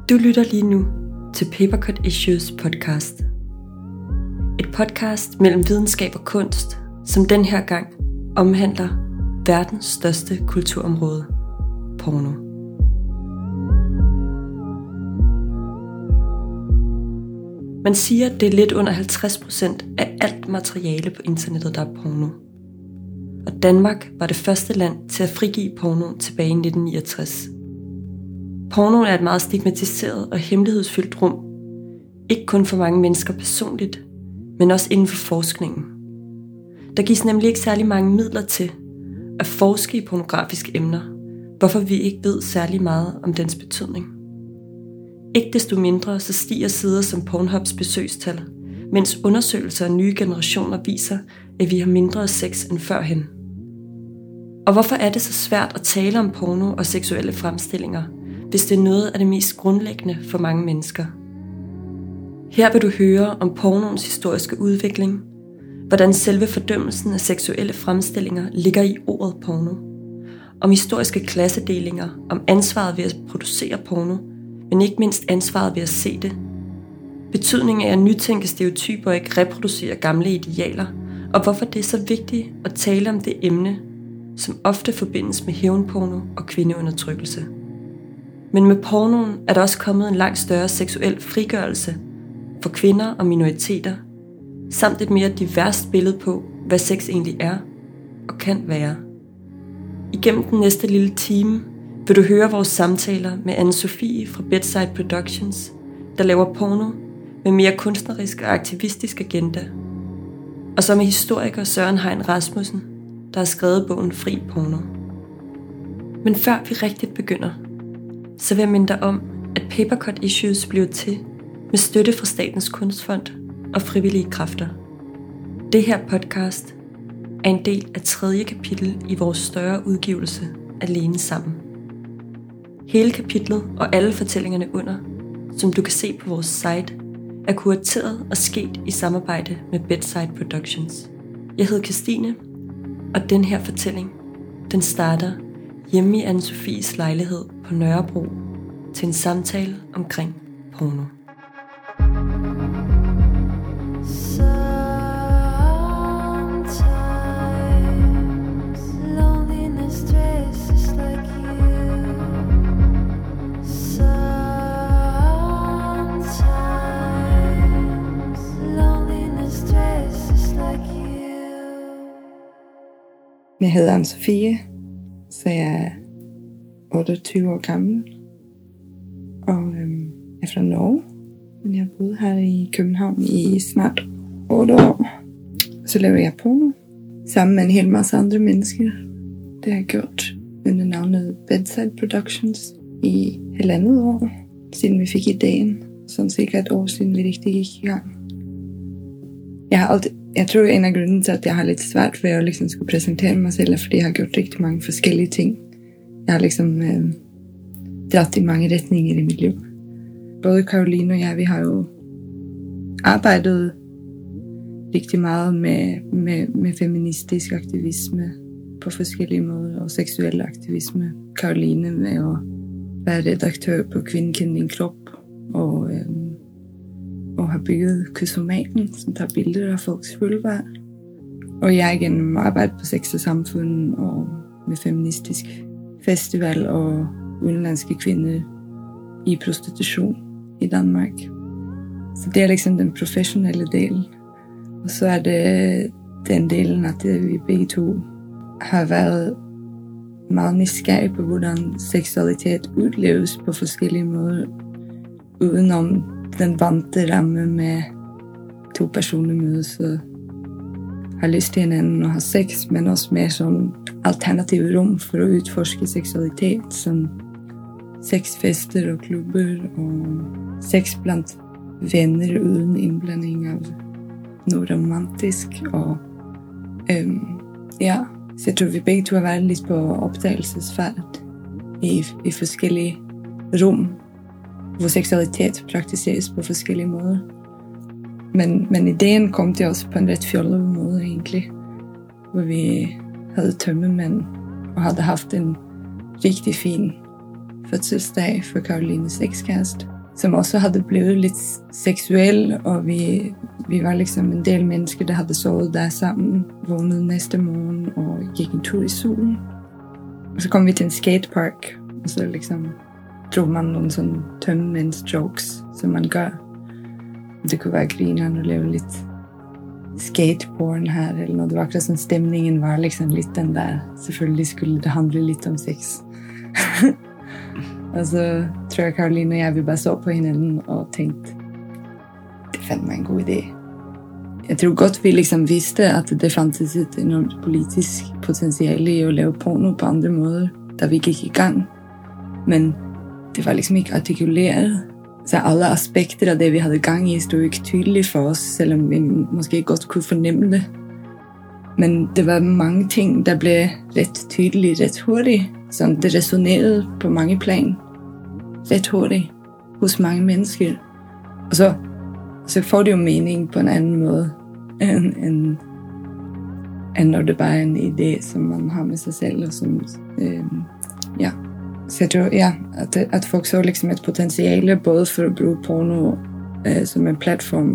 Du lytter lige nu til Papercut Issues podcast. Et podcast mellem videnskab og kunst, som den her gang omhandler verdens største kulturområde, porno. Man siger, at det er lidt under 50% af alt materiale på internettet, der er porno. Og Danmark var det første land til at frigive porno tilbage i 1969. Pornoen er et meget stigmatiseret og hemmelighedsfyldt rum. Ikke kun for mange mennesker personligt, men også inden for forskningen. Der gives nemlig ikke særlig mange midler til at forske i pornografiske emner, hvorfor vi ikke ved særlig meget om dens betydning. Ikke desto mindre så stiger sider som Pornhubs besøgstal, mens undersøgelser af nye generationer viser, at vi har mindre sex end førhen. Og hvorfor er det så svært at tale om porno og seksuelle fremstillinger, hvis det er noget af det mest grundlæggende for mange mennesker? Her vil du høre om pornoens historiske udvikling, hvordan selve fordømmelsen af seksuelle fremstillinger ligger i ordet porno, om historiske klassedelinger, om ansvaret ved at producere porno, men ikke mindst ansvaret ved at se det, betydningen af at nytænke stereotyper og ikke reproducere gamle idealer, og hvorfor det er så vigtigt at tale om det emne, som ofte forbindes med hævnporno og kvindeundertrykkelse. Men med pornoen er der også kommet en langt større seksuel frigørelse for kvinder og minoriteter, samt et mere diverst billede på, hvad sex egentlig er og kan være. Igennem den næste lille time vil du høre vores samtaler med Anne-Sophie fra Bedside Productions, der laver porno med mere kunstnerisk og aktivistisk agenda, og så med historiker Søren Hein Rasmussen, der har skrevet bogen Fri Porno. Men før vi rigtigt begynder, så vil jeg minde dig om, at Papercut Issues bliver til med støtte fra Statens Kunstfond og frivillige kræfter. Det her podcast er en del af 3. kapitel i vores større udgivelse Alene Sammen. Hele kapitlet og alle fortællingerne under, som du kan se på vores site, er kurateret og sket i samarbejde med Bedside Productions. Jeg hedder Christine, og den her fortælling, den starter hjemme i Anne-Sophies lejlighed på Nørrebro til en samtale omkring porno. Jeg hedder Anne-Sophie, så jeg er 28 år gammel, og er fra Norge. Men jeg har boet her i København i snart 8 år. Så laver jeg porno sammen med en hel masse andre mennesker. Det har jeg gjort under navnet Bedside Productions i 1,5 år, siden vi fik ideen. Sådan cirka 1 år siden vi rigtig gik i gang. Jeg tror en af grunden til, at jeg har lidt svært ved at liksom skulle præsentere mig selv, er fordi jeg har gjort rigtig mange forskellige ting. Jeg har liksom dratt i mange retninger i mit liv. Både Caroline og jeg, vi har jo arbejdet rigtig meget med feministisk aktivisme på forskellige måder, og seksuel aktivisme. Caroline med at være redaktør på Kvinden kender din krop, og har bygget Kysomaten, som tager billeder af folks vulvar. Og jeg gennem arbejde på Sex og Samfund og med feministisk festival og udenlandske kvinder i prostitution i Danmark. Så det er liksom den professionelle del. Og så er det den delen, at vi begge to har været meget nysgerrige på, hvordan seksualitet udleves på forskellige måder, udenom den vante ramme med 2 personer mødes og har lyst til hinanden og har sex, men også mere sådan alternative rum for at udforske seksualitet, som sexfester og klubber og sex blandt venner uden indblanding af noget romantisk. Og ja, så jeg tror vi begge to har været lidt på opdagelsesfærd i forskellige rum, hvor seksualitet praktiseres på forskellige måder. Men ideen kom til os på en ret fjollet måde egentlig, hvor vi havde tømmermænd og havde haft en rigtig fin fødselsdag for Karolines ekskæreste. som også havde blevet lidt seksuel, og vi var liksom en del mennesker, der havde sovet der sammen, vågnede næste morgen og gik en tur i solen. Og så kom vi til en skatepark, og så liksom drog man nogle sådan tømmermænds jokes, som man gør. Det kunne være grineren og lave lidt skateporn her, eller noget. Det var akkurat sådan, stemningen var liksom lidt den der. Selvfølgelig skulle det handle lidt om sex. Og så tror jeg, Caroline og jeg, vi bare så på hinanden og tænkte, det fandt mig en god idé. Jeg tror godt, vi liksom vidste, at det fandtes et enormt politisk potentiale i at lave porno på andre måder, da vi gik i gang. Men det var liksom ikke artikuleret. Så alle aspekter af det, vi havde gang i, stod ikke tydeligt for os, selvom vi måske godt kunne fornemme det. Men det var mange ting, der blev ret tydeligt, ret hurtigt. Så det resonerede på mange plan. Ret hurtigt hos mange mennesker. Og så får det jo mening på en anden måde, end når det bare er en idé, som man har med sig selv. Og som, ja. Så jeg tror, ja, at folk så liksom et potentiale, både for at bruge porno som en platform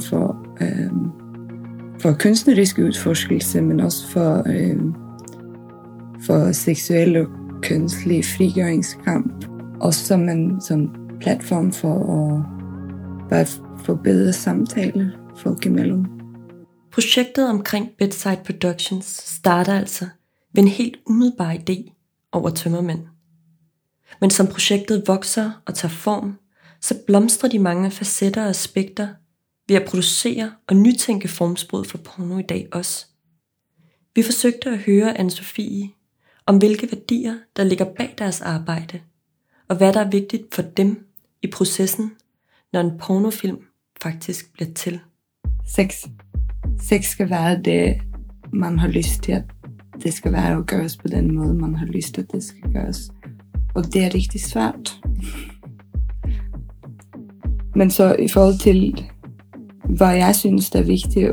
for kunstnerisk udforskelse, men også for seksuel og kønslig frigøringskamp. Også som en platform for at bare få bedre samtaler folk imellem. Projektet omkring Bedside Productions starter altså ved en helt umiddelbar idé over tømmermænd. Men som projektet vokser og tager form, så blomstrer de mange facetter og aspekter ved at producere og nytænke formsproget for porno i dag også. Vi forsøgte at høre Anne-Sophie om hvilke værdier, der ligger bag deres arbejde, og hvad der er vigtigt for dem i processen, når en pornofilm faktisk bliver til. Sex skal være det, man har lyst til, at det skal være at gøres på den måde, man har lyst til, at det skal gøres. Og det er rigtig svært. Men så i forhold til, hvad jeg synes, der er vigtigt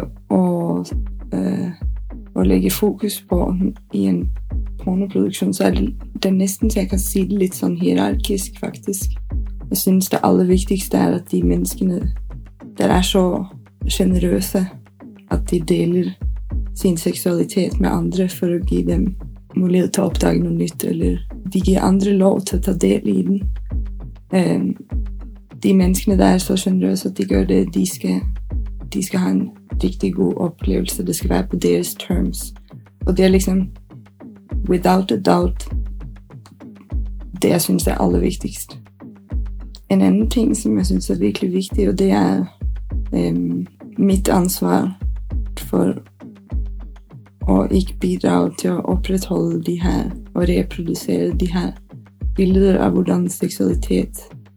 at lægge fokus på i en pornoproduktion, så er det næsten, så jeg kan sige det lidt sådan hierarkisk faktisk. Jeg synes, det allervigtigste er, at de menneskene, der er så generøse, at de deler sin seksualitet med andre for at give dem mulighed til at opdage noget nyt, eller de giver andre lov til at tage del i den. De menneskene, der er så generøse, at de gør det, de skal have en rigtig god oplevelse. Det skal være på deres terms. Og det er liksom, without a doubt, det jeg synes er allervigtigst. En anden ting, som jeg synes er virkelig vigtig, og det er mit ansvar for at ikke bidrage til at opretholde de her og reproducere de her billeder af, hvordan seksualitet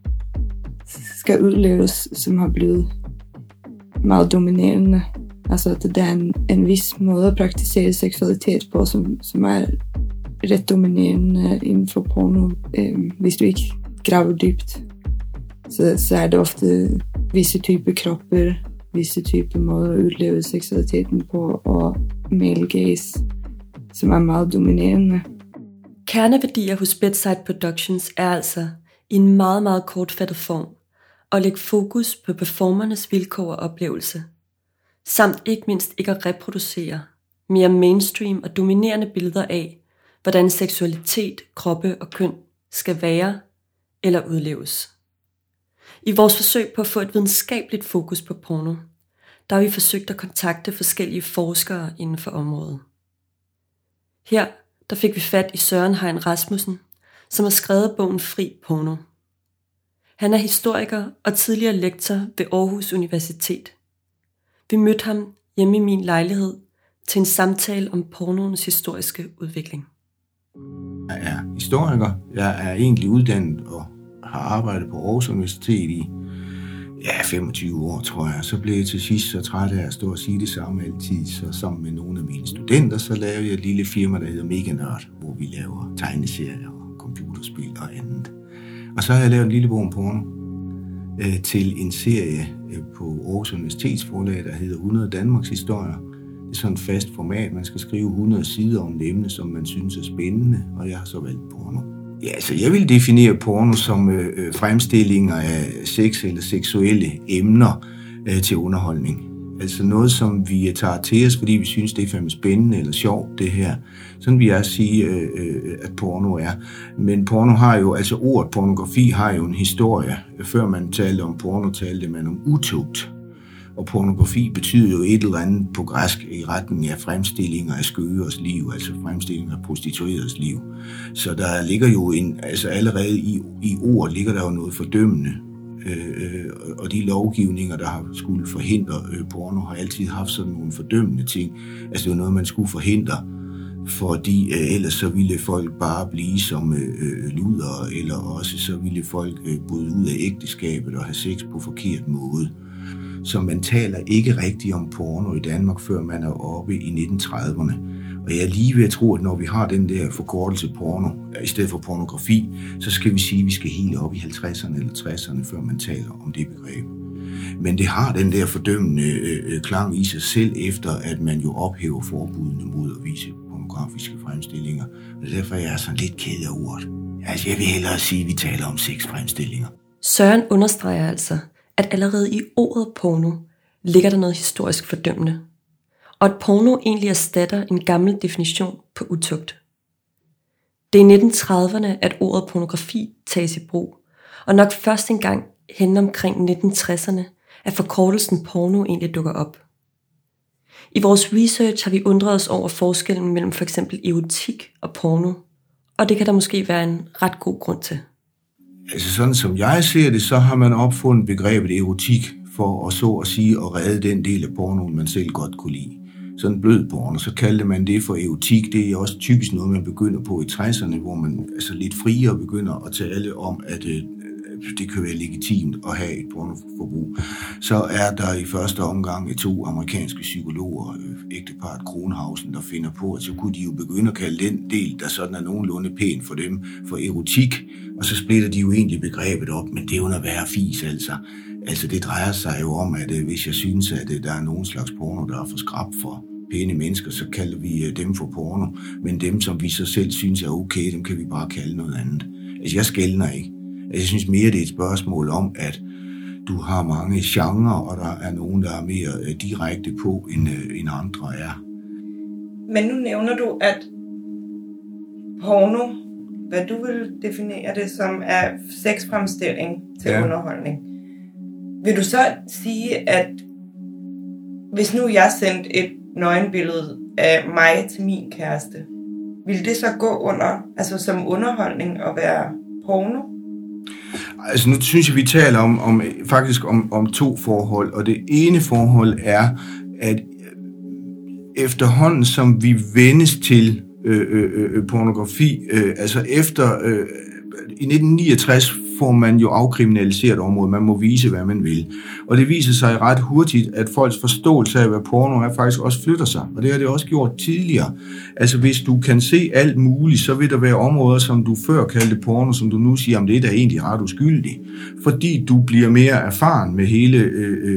skal udleves, som har blevet meget dominerende. Altså, at det er en vis måde at praktisere seksualitet på, som er ret dominerende inden for porno. Hvis du ikke graver dybt, så er det ofte visse typer kropper, visse typer måder at udleve seksualiteten på, og male gaze, som er meget dominerende. Kerneværdier hos Bedside Productions er altså i en meget, meget kortfattet form at lægge fokus på performernes vilkår og oplevelse, samt ikke mindst ikke at reproducere mere mainstream og dominerende billeder af, hvordan seksualitet, kroppe og køn skal være eller udleves. I vores forsøg på at få et videnskabeligt fokus på porno, der har vi forsøgt at kontakte forskellige forskere inden for området. Her der fik vi fat i Søren Hein Rasmussen, som har skrevet bogen Fri Porno. Han er historiker og tidligere lektor ved Aarhus Universitet. Vi mødte ham hjemme i min lejlighed til en samtale om pornoens historiske udvikling. Jeg er historiker. Jeg er egentlig uddannet og har arbejdet på Aarhus Universitet i 25 år, tror jeg. Så blev jeg til sidst så træt af at stå og sige det samme altid. Så sammen med nogle af mine studenter, så lavede jeg et lille firma, der hedder Mega Nørd, hvor vi laver tegneserier og computerspil og andet. Og så har jeg lavet en lille bog om porno til en serie på Aarhus Universitetsforlag, der hedder 100 Danmarks historier. Det er sådan et fast format. Man skal skrive 100 sider om et emne, som man synes er spændende, og jeg har så valgt porno. Ja, så jeg vil definere porno som fremstillinger af sex eller seksuelle emner til underholdning. Altså noget, som vi tager til os, fordi vi synes, det er fandme spændende eller sjovt, det her. Sådan vil jeg sige, at porno er. Men porno har jo, altså ordet pornografi har jo en historie. Før man talte om porno, talte man om utugt. Og pornografi betyder jo et eller andet på græsk i retning af fremstillinger af skøgeres liv, altså fremstillinger af prostitueredes liv. Så der ligger jo allerede i ord ligger der jo noget fordømmende. Og de lovgivninger, der har skulle forhindre porno, har altid haft sådan nogle fordømmende ting. Altså det var noget, man skulle forhindre, fordi ellers så ville folk bare blive som ludere, eller også så ville folk bryde ud af ægteskabet og have sex på forkert måde. Så man taler ikke rigtigt om porno i Danmark, før man er oppe i 1930'erne. Og jeg er lige ved at tro, at når vi har den der forkortelse porno, i stedet for pornografi, så skal vi sige, at vi skal helt op i 50'erne eller 60'erne, før man taler om det begreb. Men det har den der fordømmende klang i sig selv, efter at man jo ophæver forbudene mod at vise pornografiske fremstillinger. Og derfor er jeg sådan lidt ked af ordet. Altså jeg vil hellere sige, at vi taler om sexfremstillinger. Søren understreger altså, at allerede i ordet porno ligger der noget historisk fordømmende, og at porno egentlig erstatter en gammel definition på utugt. Det er i 1930'erne, at ordet pornografi tages i brug, og nok først engang hen omkring 1960'erne, at forkortelsen porno egentlig dukker op. I vores research har vi undret os over forskellen mellem for eksempel erotik og porno, og det kan der måske være en ret god grund til. Altså sådan som jeg ser det, så har man opfundet begrebet erotik for at redde den del af pornoen, man selv godt kunne lide. Sådan blød porno, så kaldte man det for erotik. Det er også typisk noget, man begynder på i 60'erne, hvor man altså lidt friere begynder at tale om, at det kan være legitimt at have et pornoforbrug. Så er der i første omgang 2 amerikanske psykologer, ægteparret Kronhausen, der finder på, at så kunne de jo begynde at kalde den del, der sådan er nogenlunde pæn for dem, for erotik. Og så splitter de jo egentlig begrebet op, men det er jo noget værre fis, altså. Altså det drejer sig jo om, at hvis jeg synes, at der er nogen slags porno, der er for skrap for pæne mennesker, så kalder vi dem for porno. Men dem, som vi så selv synes er okay, dem kan vi bare kalde noget andet. Altså jeg skelner ikke. Altså, jeg synes mere, det er et spørgsmål om, at du har mange genrer, og der er nogen, der er mere direkte på, end andre er. Men nu nævner du, at porno, hvad du vil definere det som, er sexfremstilling til underholdning. Vil du så sige, at hvis nu jeg sendte et nøgenbillede af mig til min kæreste, vil det så gå under, altså som underholdning og være porno? Altså nu synes jeg, vi taler om 2 forhold, og det ene forhold er, at efterhånden som vi vendes til pornografi, altså efter i 1969 får man jo afkriminaliseret området. Man må vise, hvad man vil. Og det viser sig ret hurtigt, at folks forståelse af, hvad porno er, faktisk også flytter sig. Og det har det også gjort tidligere. Altså, hvis du kan se alt muligt, så vil der være områder, som du før kaldte porno, som du nu siger, om det er da egentlig ret uskyldigt. Fordi du bliver mere erfaren med hele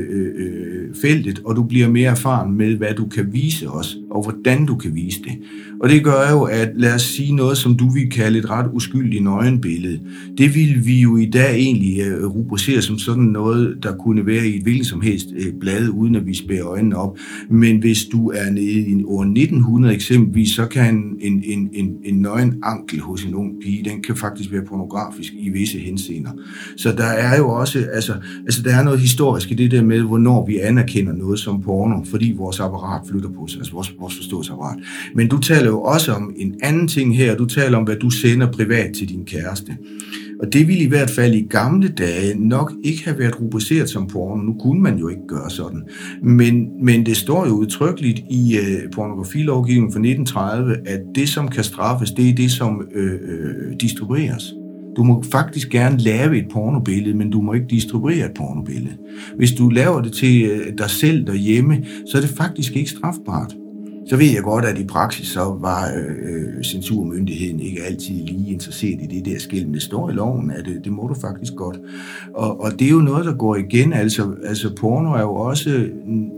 feltet, og du bliver mere erfaren med, hvad du kan vise os, og hvordan du kan vise det. Og det gør jo, at lad os sige noget, som du vil kalde et ret uskyldigt nøgenbillede. Det vil vi jo i dag egentlig rubricere som sådan noget, der kunne være i et hvilket som helst blad, uden at vi spærer øjnene op. Men hvis du er nede i år 1900 eksempelvis, så kan en nøgen ankel hos en ung pige, den kan faktisk være pornografisk i visse henseender. Så der er jo også, altså der er noget historisk i det der med, hvornår vi anerkender noget som porno, fordi vores apparat flytter på sig, altså vores forståelsesapparat. Men du taler jo også om en anden ting her, du taler om, hvad du sender privat til din kæreste. Og det ville i hvert fald i gamle dage nok ikke have været rubriceret som porno. Nu kunne man jo ikke gøre sådan. Men det står jo udtrykkeligt i pornografilovgivningen fra 1930, at det, som kan straffes, det er det, som distribueres. Du må faktisk gerne lave et pornobillede, men du må ikke distribuere et pornobillede. Hvis du laver det til dig selv derhjemme, så er det faktisk ikke strafbart. Så ved jeg godt, at i praksis så var censurmyndigheden ikke altid lige interesseret i det der skel, men det står i loven, at det må du faktisk godt. Og det er jo noget, der går igen. Altså porno er jo også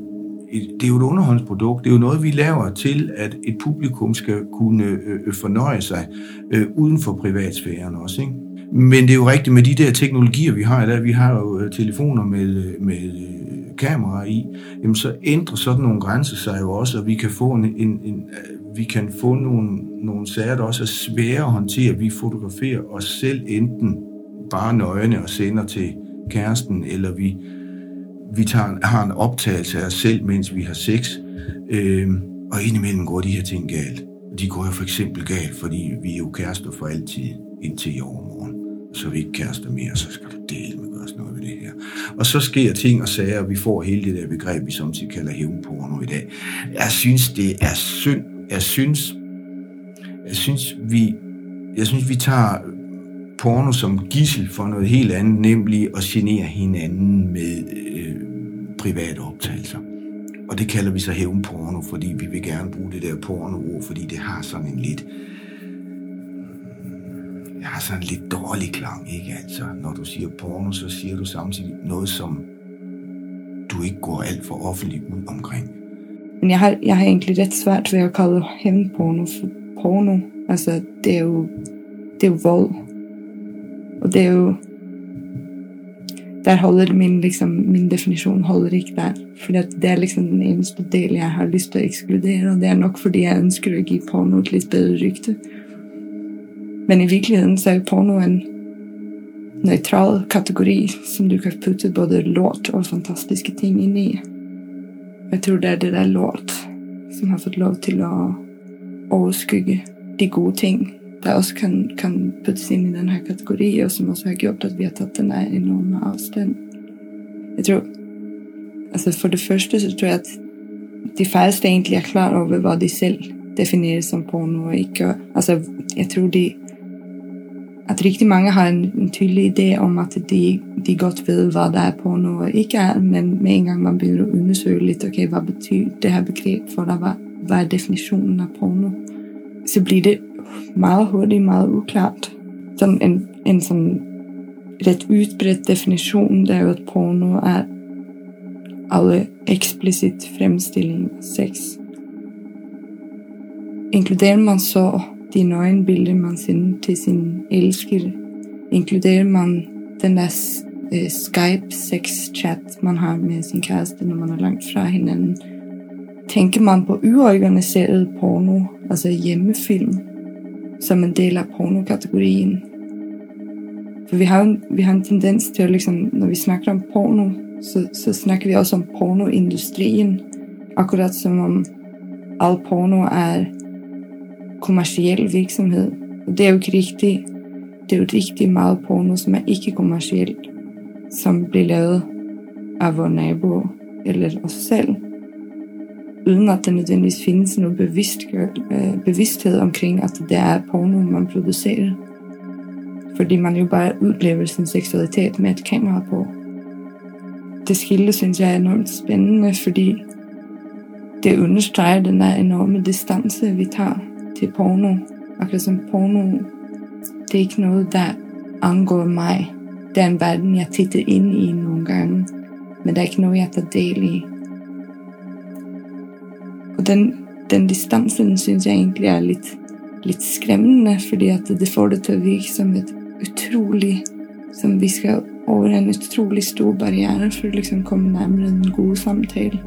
det er jo et underholdningsprodukt. Det er jo noget, vi laver til, at et publikum skal kunne fornøje sig uden for privatsfæren også, ikke? Men det er jo rigtigt med de der teknologier, vi har i dag. Vi har jo telefoner med kameraer i. Jamen, så ændrer sådan nogle grænser sig jo også, og vi kan få vi kan få nogle sager, der også er svære at håndtere. Vi fotograferer os selv enten bare nøgne og sender til kæresten, eller vi har en optagelse af os selv, mens vi har sex. Og indimellem går de her ting galt. De går jo for eksempel galt, fordi vi er jo kærester for altid indtil i overmorgen. Så er vi ikke kærester mere, så skal du dele med os noget ved det her. Og så sker ting og sager, og vi får hele det der begreb, vi samtidig kalder hævnporno i dag. Jeg synes, det er synd. Jeg synes, vi tager porno som gidsel for noget helt andet, nemlig at genere hinanden med private optagelser. Og det kalder vi så hævnporno, fordi vi vil gerne bruge det der porno-ord, fordi det har sådan en lidt... Jeg har sådan en lidt dårlig klang, ikke? Altså, når du siger porno, så siger du samtidig noget, som du ikke går alt for offentligt ud omkring. Men jeg har egentlig ret svært ved at kalde hævnporno for porno. Altså, det er jo vold. Og det er jo... Der holder min definition holder ikke der. For det er liksom den eneste del, jeg har lyst til at ekskludere. Og det er nok, fordi jeg ønsker at give porno et lidt bedre rygte. Men i virkeligheden så er porno en neutral kategori, som du kan putte både lort og fantastiske ting ind i. Jeg tror, det er det der lort, som har fået lov til at overskygge de gode ting, der også kan puttes ind i den her kategori, og som også har gjort, at vi har taget den her enorme afstand. Jeg tror, altså for det første, så tror jeg, at de færreste egentlig er klar over, hvad de selv definerer som porno og ikke. Altså, jeg tror, at rigtig mange har en tydelig idé om, at de godt ved, hvad der er porno og ikke er, men med en gang man begynder at undersøge lidt, okay, hvad betyder det her begreb for dig, hvad er definitionen af porno, så bliver det meget hurtigt, meget uklart. Sådan en sådan ret udbredt definition, der er jo, at porno er alle eksplicit fremstilling af sex. Inkluderer man så de nøgenbilleder, man sender til sin elsker? Inkluderer man den der Skype-sex-chat, man har med sin kæreste, når man er langt fra hinanden? Tænker man på uorganiseret porno, altså hjemmefilm, som en del af pornokategorien? For vi har en tendens til at liksom, når vi snakker om porno, så snakker vi også om pornoindustrien, akkurat som om al porno er kommerciel virksomhed. Og det er jo ikke rigtigt. Det er jo rigtig meget porno, som er ikke kommercielt, som bliver lavet af vores naboer eller os selv, uden at der nødvendigvis findes noget bevidsthed omkring, at det er porno, man producerer. Fordi man jo bare udlever sin seksualitet med et kamera på. Det skille synes jeg er enormt spændende, fordi det understreger den der enorme distance, vi tager til porno. Akkurat som porno, det er ikke noget, der angår mig. Det er en verden, jeg titter ind i nogle gange, men det er ikke noget, jeg tager del i. Og den distansen synes jeg egentlig er lidt skræmmende, fordi at det får det til at virke som et utroligt, som vi skal over en utrolig stor barriere for at liksom komme nærmere den gode samtale.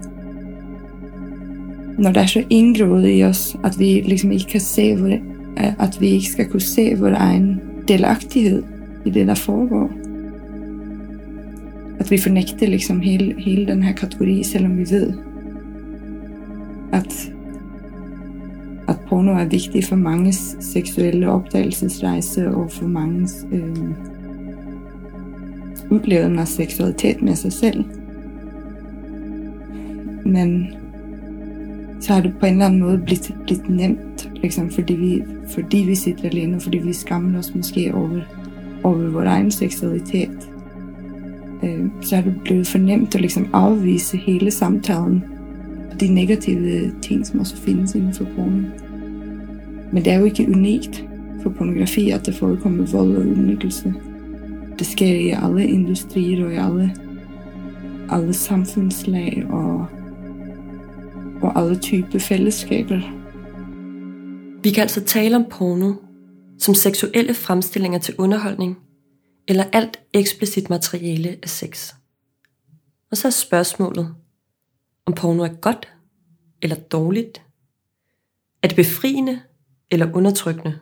Når det er så indgroet i os, at vi liksom ikke kan se, at vi ikke skal kunne se vores egen delagtighed i det, der foregår. At vi fornægter liksom hele den her kategori, selvom vi ved, at porno er vigtig for manges seksuelle opdagelsesrejse og for manges udlevelse af seksualitet med sig selv. Men så har det på en eller anden måde blivet nemt, liksom, fordi vi sitter alene, og fordi vi skammer os måske over vores egen seksualitet. Så har det blevet for nemt at liksom afvise hele samtalen og de negative ting, som også findes inden for porno. Men det er jo ikke unikt for pornografi, at der forekommer vold og udnyttelse. Det sker i alle industrier og i alle samfundslag, og og alle typer fællesskaber. Vi kan altså tale om porno som seksuelle fremstillinger til underholdning, eller alt eksplicit materiale af sex. Og så er spørgsmålet, om porno er godt eller dårligt? Er det befriende eller undertrykkende?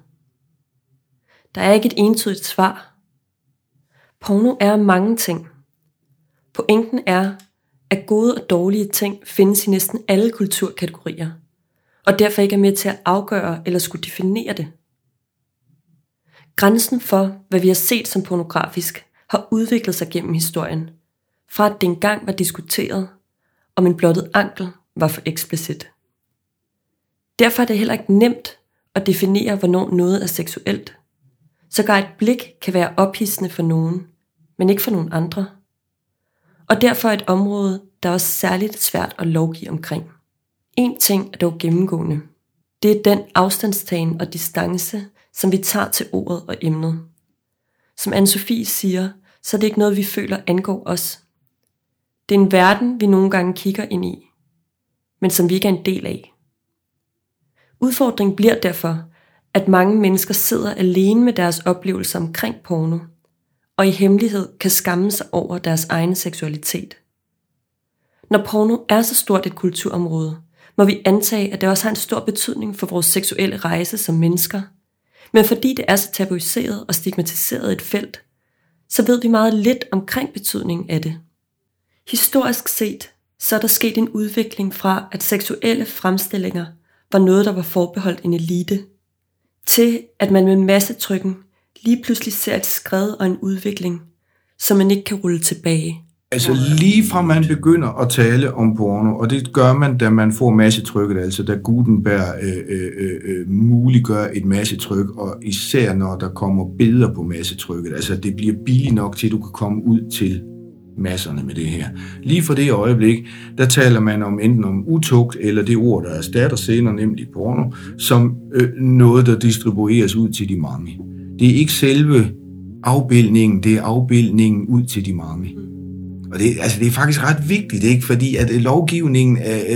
Der er ikke et entydigt svar. Porno er mange ting. Pointen er, at gode og dårlige ting findes i næsten alle kulturkategorier, og derfor ikke er med til at afgøre eller skulle definere det. Grænsen for, hvad vi har set som pornografisk, har udviklet sig gennem historien, fra at det engang var diskuteret, om en blottet ankel var for eksplicit. Derfor er det heller ikke nemt at definere, hvornår noget er seksuelt. Sågar et blik kan være ophidsende for nogen, men ikke for nogen andre. Og derfor er et område, der er også særligt svært at lovgive omkring. En ting er dog gennemgående. Det er den afstandstagen og distance, som vi tager til ordet og emnet. Som Anne-Sophie siger, så er det ikke noget, vi føler angår os. Det er en verden, vi nogle gange kigger ind i, men som vi ikke er en del af. Udfordringen bliver derfor, at mange mennesker sidder alene med deres oplevelser omkring porno, og i hemmelighed kan skamme sig over deres egen seksualitet. Når porno er så stort et kulturområde, må vi antage, at det også har en stor betydning for vores seksuelle rejse som mennesker. Men fordi det er så tabuiseret og stigmatiseret et felt, så ved vi meget lidt omkring betydningen af det. Historisk set, så er der sket en udvikling fra, at seksuelle fremstillinger var noget, der var forbeholdt en elite, til at man med massetrykken lige pludselig ser et skred og en udvikling, som man ikke kan rulle tilbage. Altså lige fra man begynder at tale om porno, og det gør man, da man får massetrykket, altså da Gutenberg muliggør et massetryk, og især når der kommer billeder på massetrykket, altså det bliver billigt nok til, at du kan komme ud til masserne med det her. Lige fra det øjeblik, der taler man om enten om utugt, eller det ord, der erstatter senere, nemlig porno, som noget, der distribueres ud til de mange. Det er ikke selve afbildningen, det er afbildningen ud til de mange. Og det er faktisk ret vigtigt, ikke? Fordi at lovgivningen,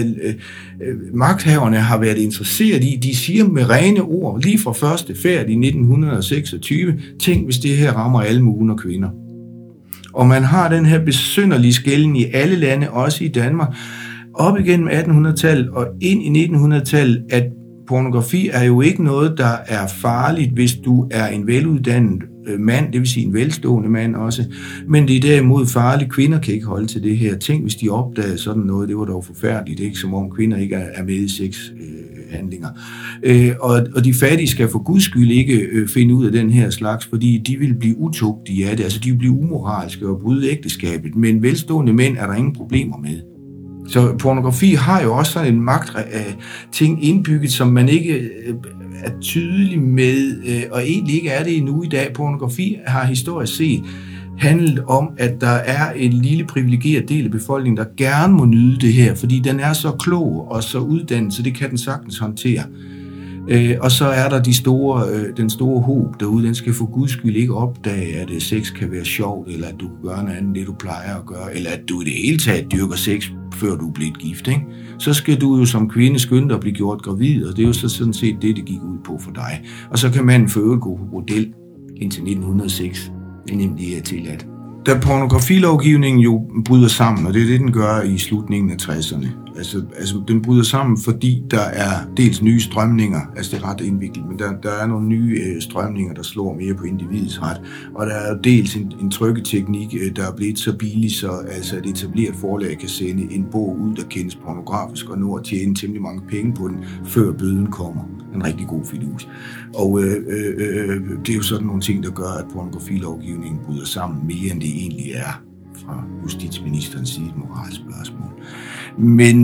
magthaverne har været interesseret i, de siger med rene ord, lige fra første færd i 1926, tænk hvis det her rammer alle mugen og kvinder. Og man har den her besynderlige skelnen i alle lande, også i Danmark, op igennem 1800-tallet og ind i 1900-tallet, at pornografi er jo ikke noget, der er farligt, hvis du er en veluddannet mand, det vil sige en velstående mand også, men det er derimod farligt. Kvinder kan ikke holde til det her. Tænk, hvis de opdagede sådan noget, det var dog forfærdeligt, ikke? Som om kvinder ikke er med i sexhandlinger. Og de fattige skal for guds skyld ikke finde ud af den her slags, fordi de vil blive utugtige af det, altså de vil blive umoralske og bryde ægteskabet, men velstående mænd er der ingen problemer med. Så pornografi har jo også sådan en magtting indbygget, som man ikke er tydelig med, og egentlig ikke er det endnu i dag. Pornografi har historisk set handlet om, at der er en lille privilegeret del af befolkningen, der gerne må nyde det her, fordi den er så klog og så uddannet, så det kan den sagtens håndtere. Og så er der den store håb derude, den skal for guds skyld ikke opdage, at sex kan være sjovt, eller at du kan gøre noget andet end det, du plejer at gøre, eller at du i det hele taget dyrker sex, før du er blevet gift, ikke? Så skal du jo som kvinde skynde dig at blive gjort gravid, og det er jo så sådan set det gik ud på for dig. Og så kan manden for øvrigt gå på bordel indtil 1906, det er nemlig tilladt. Da pornografilovgivningen jo bryder sammen, og det er det, den gør i slutningen af 60'erne. Altså den bryder sammen, fordi der er dels nye strømninger, altså det er ret indviklet, men der er nogle nye strømninger, der slår mere på individets ret. Og der er dels en trykketeknik, der er blevet så billig, så altså et etableret forlag kan sende en bog ud, der kendes pornografisk, og nå at tjene temmelig mange penge på den, før bøden kommer. En rigtig god fidus. Og det er jo sådan nogle ting, der gør, at pornografilovgivningen bryder sammen mere, end det egentlig er fra justitsministerens side et moralsk spørgsmål. Men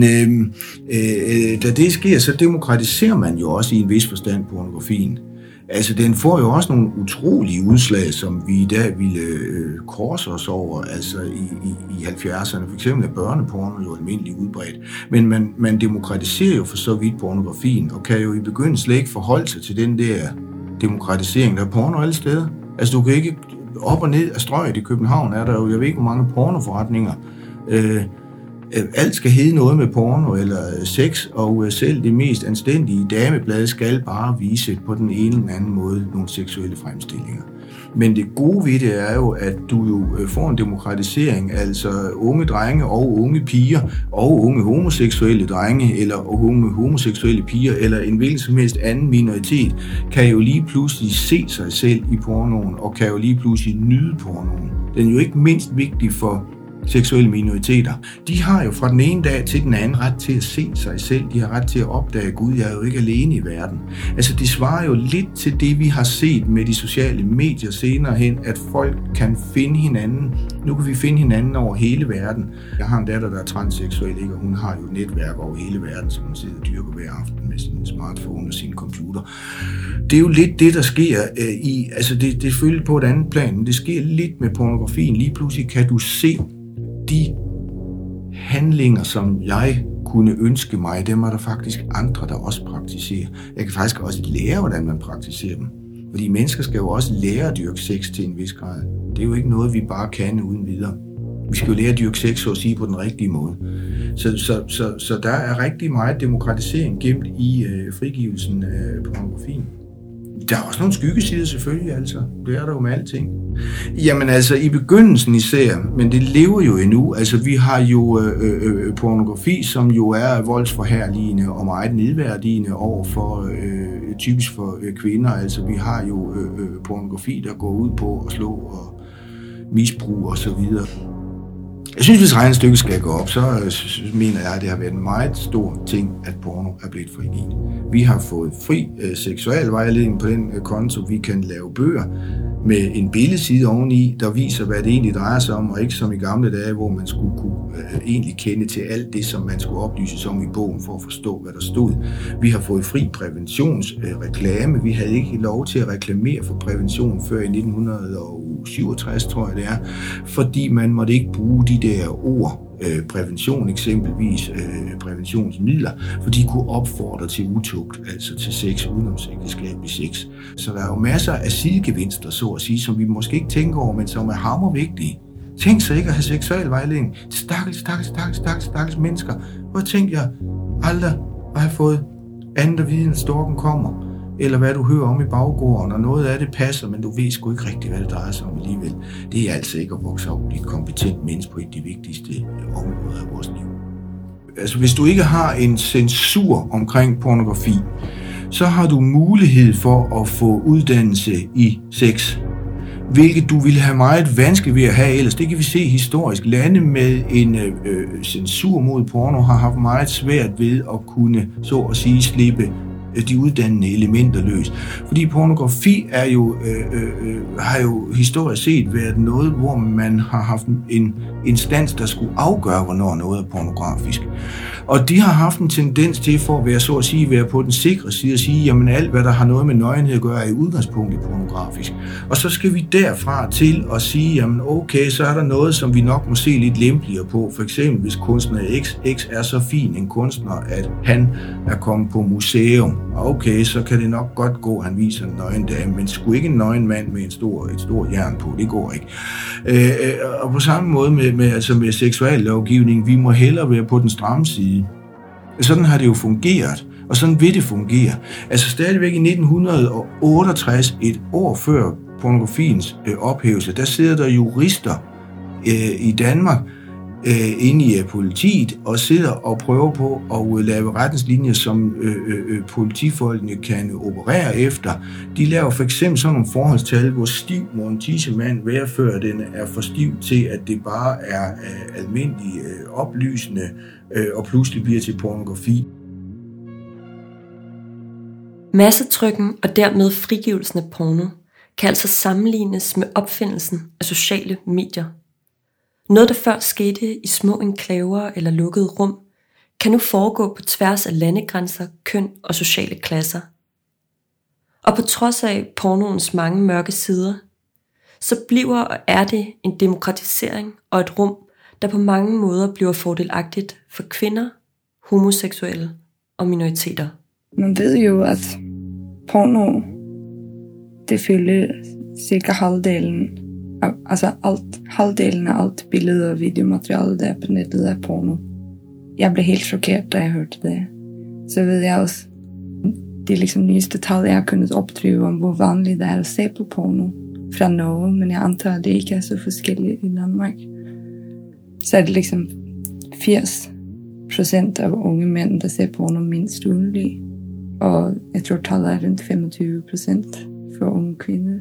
da det sker, så demokratiserer man jo også i en vis forstand pornografien. Altså, den får jo også nogle utrolige udslag, som vi i dag ville korse os over. Altså, i 70'erne, for eksempel er børneporno jo almindeligt udbredt. Men man demokratiserer jo for så vidt pornografien, og kan jo i begyndelsen slet ikke forholde sig til den der demokratisering. Der er porno alle steder. Altså, du kan ikke op og ned af Strøget i København, er der jo, jeg ved ikke, hvor mange pornoforretninger. alt skal hedde noget med porno eller sex, og selv det mest anstændige dameblad skal bare vise på den ene eller anden måde nogle seksuelle fremstillinger. Men det gode ved det er jo, at du jo får en demokratisering, altså unge drenge og unge piger og unge homoseksuelle drenge eller unge homoseksuelle piger eller en hvilken som helst anden minoritet kan jo lige pludselig se sig selv i pornoen og kan jo lige pludselig nyde pornoen. Den er jo ikke mindst vigtig for seksuelle minoriteter. De har jo fra den ene dag til den anden ret til at se sig selv. De har ret til at opdage, Gud, jeg er jo ikke alene i verden. Altså, det svarer jo lidt til det, vi har set med de sociale medier senere hen, at folk kan finde hinanden. Nu kan vi finde hinanden over hele verden. Jeg har en datter, der er transseksuel, ikke? Og hun har jo et netværk over hele verden, som hun sidder og dyrker hver aften med sin smartphone og sin computer. Det er jo lidt det, der sker altså det er selvfølgelig på et andet plan, men det sker lidt med pornografien. Lige pludselig kan du se de handlinger, som jeg kunne ønske mig, dem er der faktisk andre, der også praktiserer. Jeg kan faktisk også lære, hvordan man praktiserer dem. Fordi mennesker skal jo også lære at dyrke sex til en vis grad. Det er jo ikke noget, vi bare kan uden videre. Vi skal jo lære at dyrke sex, så at sige, på den rigtige måde. Så der er rigtig meget demokratisering gemt i frigivelsen af pornografien. Der er også nogle skyggesider selvfølgelig, altså. Det er der jo med alting. Jamen altså, i begyndelsen især, men det lever jo endnu. Altså, vi har jo pornografi, som jo er voldsforherligende og meget nedværdigende over for, typisk for kvinder. Altså, vi har jo pornografi, der går ud på at slå og misbrug og så videre. Jeg synes, hvis regnestykket skal gå op, så mener jeg, at det har været en meget stor ting, at porno er blevet frigivet. Vi har fået fri seksualvejledning på den konto. Vi kan lave bøger med en billedside oveni, der viser, hvad det egentlig drejer sig om, og ikke som i gamle dage, hvor man skulle kunne egentlig kende til alt det, som man skulle oplyses om i bogen for at forstå, hvad der stod. Vi har fået fri præventionsreklame. Vi havde ikke lov til at reklamere for prævention før i 1967, tror jeg det er, fordi man måtte ikke bruge de der ord, prævention eksempelvis, præventionsmidler, for de kunne opfordre til utugt, altså til sex, udenomsægteskabelig sex. Så der er jo masser af sidegevinster, så at sige, som vi måske ikke tænker over, men som er hammervigtige. Tænk så ikke at have seksualvejledning. Stakkels mennesker. Hvor tænker jeg aldrig at have fået andet at vide, når storken kommer, eller hvad du hører om i baggården, og noget af det passer, men du ved sgu ikke rigtigt, hvad det drejer sig om alligevel. Det er altså ikke at vokse op og blive et kompetent menneske på et af de vigtigste områder af vores liv. Altså, hvis du ikke har en censur omkring pornografi, så har du mulighed for at få uddannelse i sex, hvilket du ville have meget vanskeligt ved at have ellers. Det kan vi se historisk. Lande med en censur mod porno har haft meget svært ved at kunne, så at sige, slippe de uddannende elementer løs. Fordi pornografi er jo, har jo historisk set været noget, hvor man har haft en instans, der skulle afgøre, hvornår noget er pornografisk. Og de har haft en tendens til, for at være, så at sige, være på den sikre side og sige, jamen alt, hvad der har noget med nøgenhed at gøre, er i udgangspunktet pornografisk. Og så skal vi derfra til at sige, jamen okay, så er der noget, som vi nok må se lidt lempeligere på. For eksempel, hvis kunstner X er så fin en kunstner, at han er kommet på museum. Okay, så kan det nok godt gå, han viser en nøgen dame, men sgu ikke en nøgen mand med et stort jern på, det går ikke. Og på samme måde med seksuallovgivning, vi må hellere være på den stramme side. Sådan har det jo fungeret, og sådan vil det fungere. Altså stadigvæk i 1968, et år før pornografiens ophævelse, der sidder der jurister i Danmark, inde i politiet og sidder og prøver på at lave retningslinjer, som politifolkene kan operere efter. De laver for eksempel sådan nogle forholdstal, hvor stiv må en tissemand være, før den er for stiv til, at det bare er almindelig oplysende og pludselig bliver til pornografi. Massetrykken og dermed frigivelsen af porno kan altså sammenlignes med opfindelsen af sociale medier. Noget, der før skete i små enklaver eller lukkede rum, kan nu foregå på tværs af landegrænser, køn og sociale klasser. Og på trods af pornoens mange mørke sider, så bliver og er det en demokratisering og et rum, der på mange måder bliver fordelagtigt for kvinder, homoseksuelle og minoriteter. Man ved jo, at porno, det fylder cirka halvdelen halvdelen af alt billeder og videomateriale, der er på nettet, er porno. jeg blev helt chokeret, da jeg hørte det. Så ved jeg også, de liksom nyeste tal jeg har kunnet opdrive om, hvor vanligt det er at se på porno fra Norge, men jeg antar, at det ikke er så forskelligt i Danmark. Så er det liksom 80% af unge mænd, der ser porno mindst ugentlig, og jeg tror, tallet er rundt 25% for unge kvinder.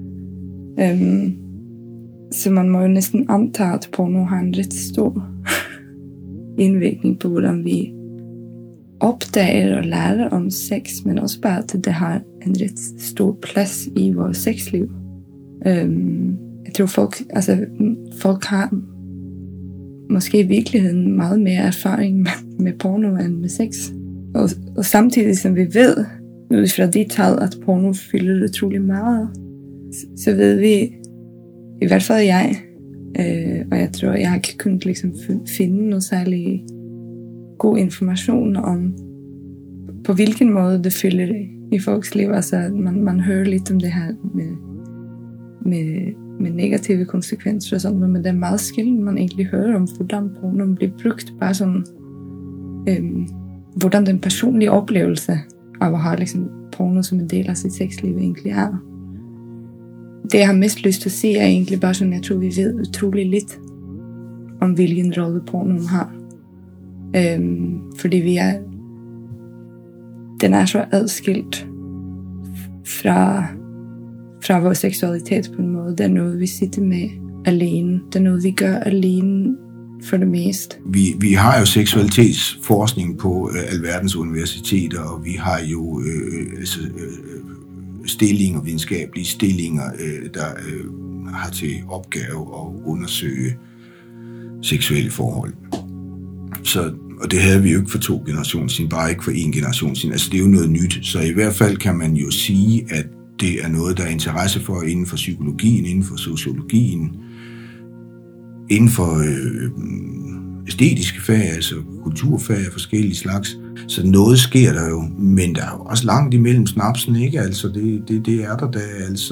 Så man må jo næsten antage, at porno har en ret stor indvirkning på, hvordan vi opdager og lærer om sex, men også bare, at det har en ret stor plads i vores sexliv. Jeg tror, folk har måske i virkeligheden meget mere erfaring med porno end med sex. Og samtidig som vi ved, ud fra de tal, at porno fylder utrolig meget, så ved vi, i hvert fald jeg, og jeg tror, jeg har ikke kunnet liksom finde noget særlig god information om, på hvilken måde det fylder i folks liv. Altså, man hører lidt om det her med negative konsekvenser og sådan noget, men det er meget sjældent, man egentlig hører om, hvordan porno bliver brugt, bare sådan, hvordan den personlige oplevelse af at have liksom, porno som en del af sit sexliv egentlig er. Det jeg har mest lyst til at sige er egentlig bare sådan, jeg tror vi ved utrolig lidt om hvilken rolle pornoen har. Fordi den er så adskilt fra vores seksualitet på en måde. Det er noget, vi sitter med alene. Det er noget, vi gør alene for det meste. Vi har jo seksualitetsforskning på alverdens universiteter, og vi har jo stillinger, videnskabelige stillinger, der har til opgave at undersøge seksuelle forhold. Og det havde vi jo ikke for 2 generationer siden, bare ikke for 1 generation siden. Altså det er jo noget nyt, så i hvert fald kan man jo sige, at det er noget, der er interesse for inden for psykologien, inden for sociologien, inden for æstetiske fag, altså kulturfag af forskellige slags. Så noget sker der jo, men der er jo også langt imellem snapsen, ikke? Altså det er der da, altså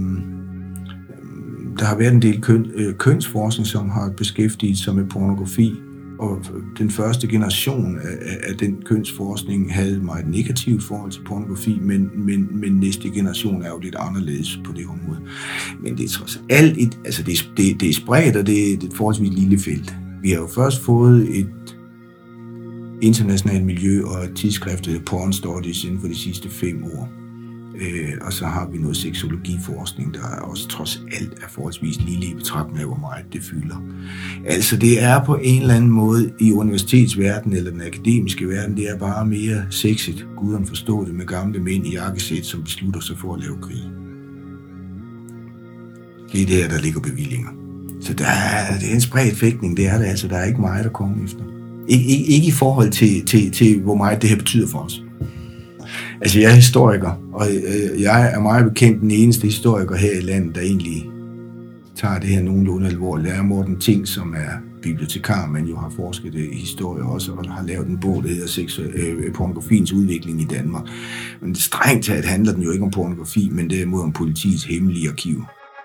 der har været en del kønsforskning, som har beskæftiget sig med pornografi, og den første generation af den kønsforskning havde meget negativt forhold til pornografi, men næste generation er jo lidt anderledes på det område. Men det er trods alt, altså det er spredt, og det er et forholdsvis lille felt. Vi har jo først fået et internationalt miljø og et tidsskrift, der hedder Porn Studies, inden for de sidste 5 år. Og så har vi noget seksologiforskning, der også trods alt er forholdsvis lille i betragtning af, hvor meget det fylder. Altså det er på en eller anden måde i universitetsverdenen eller den akademiske verden, det er bare mere sexet, guderne forstår det, med gamle mænd i jakkesæt, som beslutter sig for at lave krig. Det er der ligger bevillinger. Så det er en spredt fægtning, det er det altså, der er ikke meget at komme efter. Ikke i forhold til, hvor meget det her betyder for os. Altså jeg er historiker, og jeg er meget bekendt den eneste historiker her i landet, der egentlig tager det her nogenlunde alvorligt. Det er Morten Ting, som er bibliotekar, men jo har forsket i historie også, og har lavet en bog, der hedder pornografiens udvikling i Danmark. Men strengt taget handler den jo ikke om pornografi, men derimod om politiets hemmelige arkiv.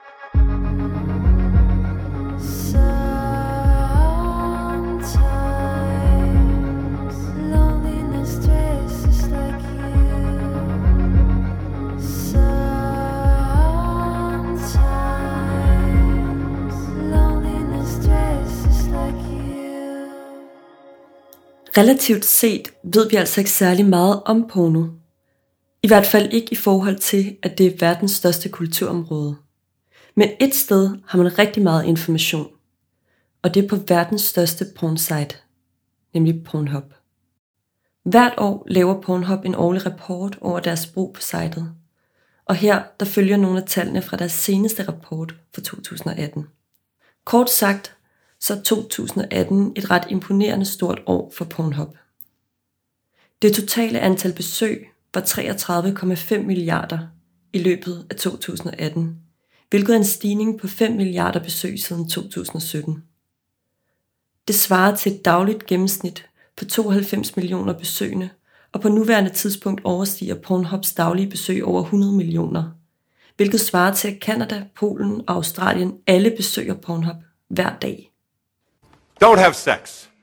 Relativt set ved vi altså ikke særlig meget om porno. I hvert fald ikke i forhold til, at det er verdens største kulturområde. Men et sted har man rigtig meget information, og det er på verdens største pornsite, nemlig Pornhub. Hvert år laver Pornhub en årlig rapport over deres brug på sitet, og her der følger nogle af tallene fra deres seneste rapport for 2018. Kort sagt, så 2018 et ret imponerende stort år for Pornhub. Det totale antal besøg var 33,5 milliarder i løbet af 2018, hvilket er en stigning på 5 milliarder besøg siden 2017. Det svarer til et dagligt gennemsnit på 92 millioner besøgende, og på nuværende tidspunkt overstiger Pornhubs daglige besøg over 100 millioner, hvilket svarer til, at Canada, Polen og Australien alle besøger Pornhub hver dag. Don't have sex,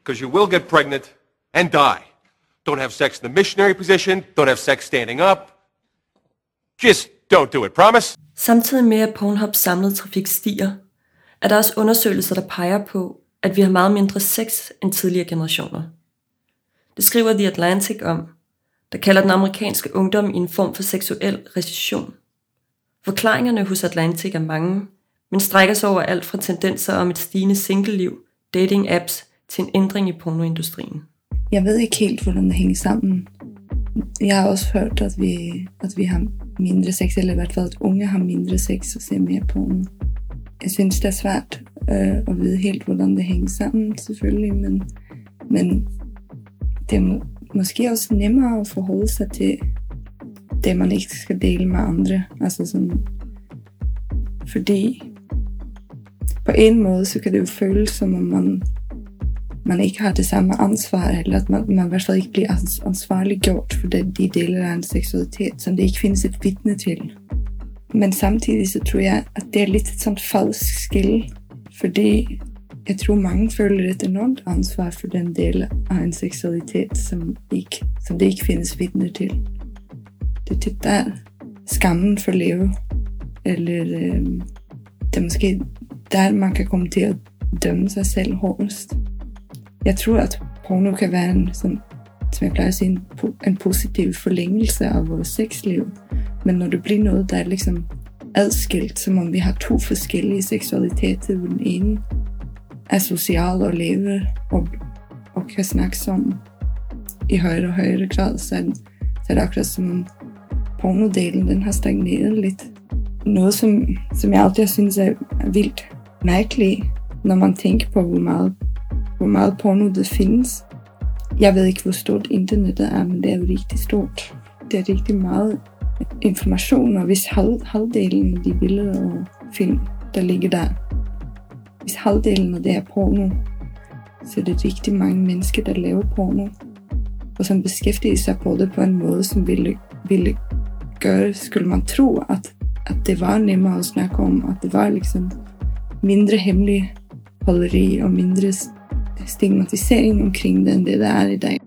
because you will get pregnant and die. Don't have sex in the missionary position. Don't have sex standing up. Just don't do it, promise? Samtidig med, at Pornhubs samlede trafik stiger, er der også undersøgelser, der peger på, at vi har meget mindre sex end tidligere generationer. Det skriver The Atlantic om, der kalder den amerikanske ungdom i en form for seksuel recession. Forklaringerne hos Atlantic er mange, men strækker sig over alt fra tendenser om et stigende single-liv, dating-apps til en ændring i pornoindustrien. Jeg ved ikke helt, hvordan det hænger sammen. Jeg har også hørt, at vi har mindre sex, eller i hvert fald, at unge har mindre sex og ser mere porno. Jeg synes, det er svært at vide helt, hvordan det hænger sammen, selvfølgelig, men det er måske også nemmere at forholde sig til det, man ikke skal dele med andre. Altså sådan, fordi på en måde, så kan det jo føles, som om man ikke har det samme ansvar, eller at man i hvert fald ikke bliver ansvarliggjort for de dele af en seksualitet, som det ikke findes et vidne til. Men samtidig så tror jeg, at det er lidt et sådan falsk skil, fordi jeg tror, mange føler et enormt ansvar for den del af en seksualitet, som det ikke findes vidne til. Det er det der skammen for leve, eller det er måske der, man kan komme til at dømme sig selv hårdest. Jeg tror, at porno kan være en, som jeg plejer at sige, en positiv forlængelse af vores sexliv. Men når det bliver noget, der er ligesom adskilt, som om vi har to forskellige seksualiteter, hvor den ene er social og lever og kan snakke om i højere og højere grad, så er det akkurat som om pornodelen, den har stagneret lidt. Noget, som jeg altid synes er vildt mærkeligt, når man tænker på, hvor meget porno det findes. Jeg ved ikke, hvor stort internettet er, men det er jo rigtig stort. Det er rigtig meget information, og hvis halvdelen af de billeder og film, der ligger der, hvis halvdelen af det er porno, så er det rigtig mange mennesker, der laver porno, og som beskæftiger sig på det på en måde, som ville gøre, skulle man tro, at det var nemmere at snakke om, at det var liksom mindre hemmeligholderi og mindre stigmatisering omkring det, end det der er i dag.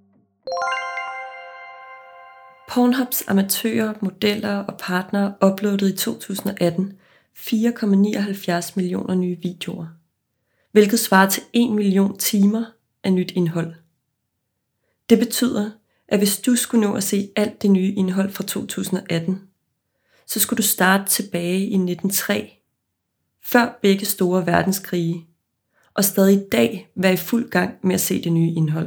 Pornhubs amatører, modeller og partnere uploadede i 2018 4,79 millioner nye videoer, hvilket svarer til 1 million timer af nyt indhold. Det betyder, at hvis du skulle nå at se alt det nye indhold fra 2018, så skulle du starte tilbage i 1903, før begge store verdenskrige, og stadig i dag være i fuld gang med at se det nye indhold.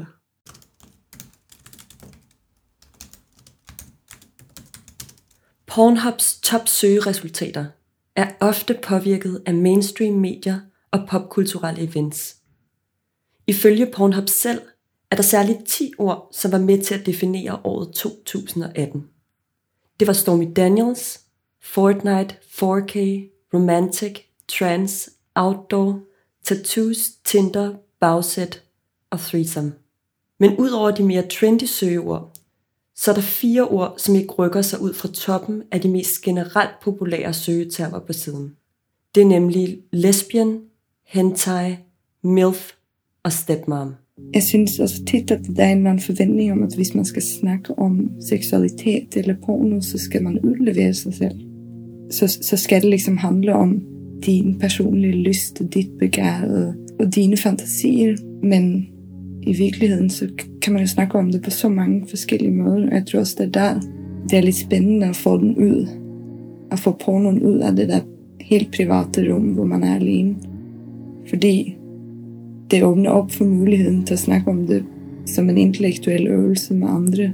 Pornhubs top søgeresultater er ofte påvirket af mainstream medier og popkulturelle events. Ifølge Pornhub selv er der særligt 10 ord, som var med til at definere året 2018. Det var Stormy Daniels, Fortnite, 4K, Romantic, Trance, Outdoor, Tattoos, Tinder, Bowset og Threesome. Men ud over de mere trendy søgeord, så er der 4 ord, som ikke rykker sig ud fra toppen af de mest generelt populære søgetermer på siden. Det er nemlig lesbian, hentai, milf og stepmom. Jeg synes også tit, at der er en eller anden forventning om, at hvis man skal snakke om seksualitet eller porno, så skal man udlevere sig selv. Så skal det liksom handle om din personlige lyst, dit begær og dine fantasier. Men i virkeligheden, så kan man jo snakke om det på så mange forskellige måder. Jeg tror også, det er lidt spændende at få den ud. At få pornoen ud af det der helt private rum, hvor man er alene. Fordi det åbner op for muligheden til at snakke om det som en intellektuel øvelse med andre.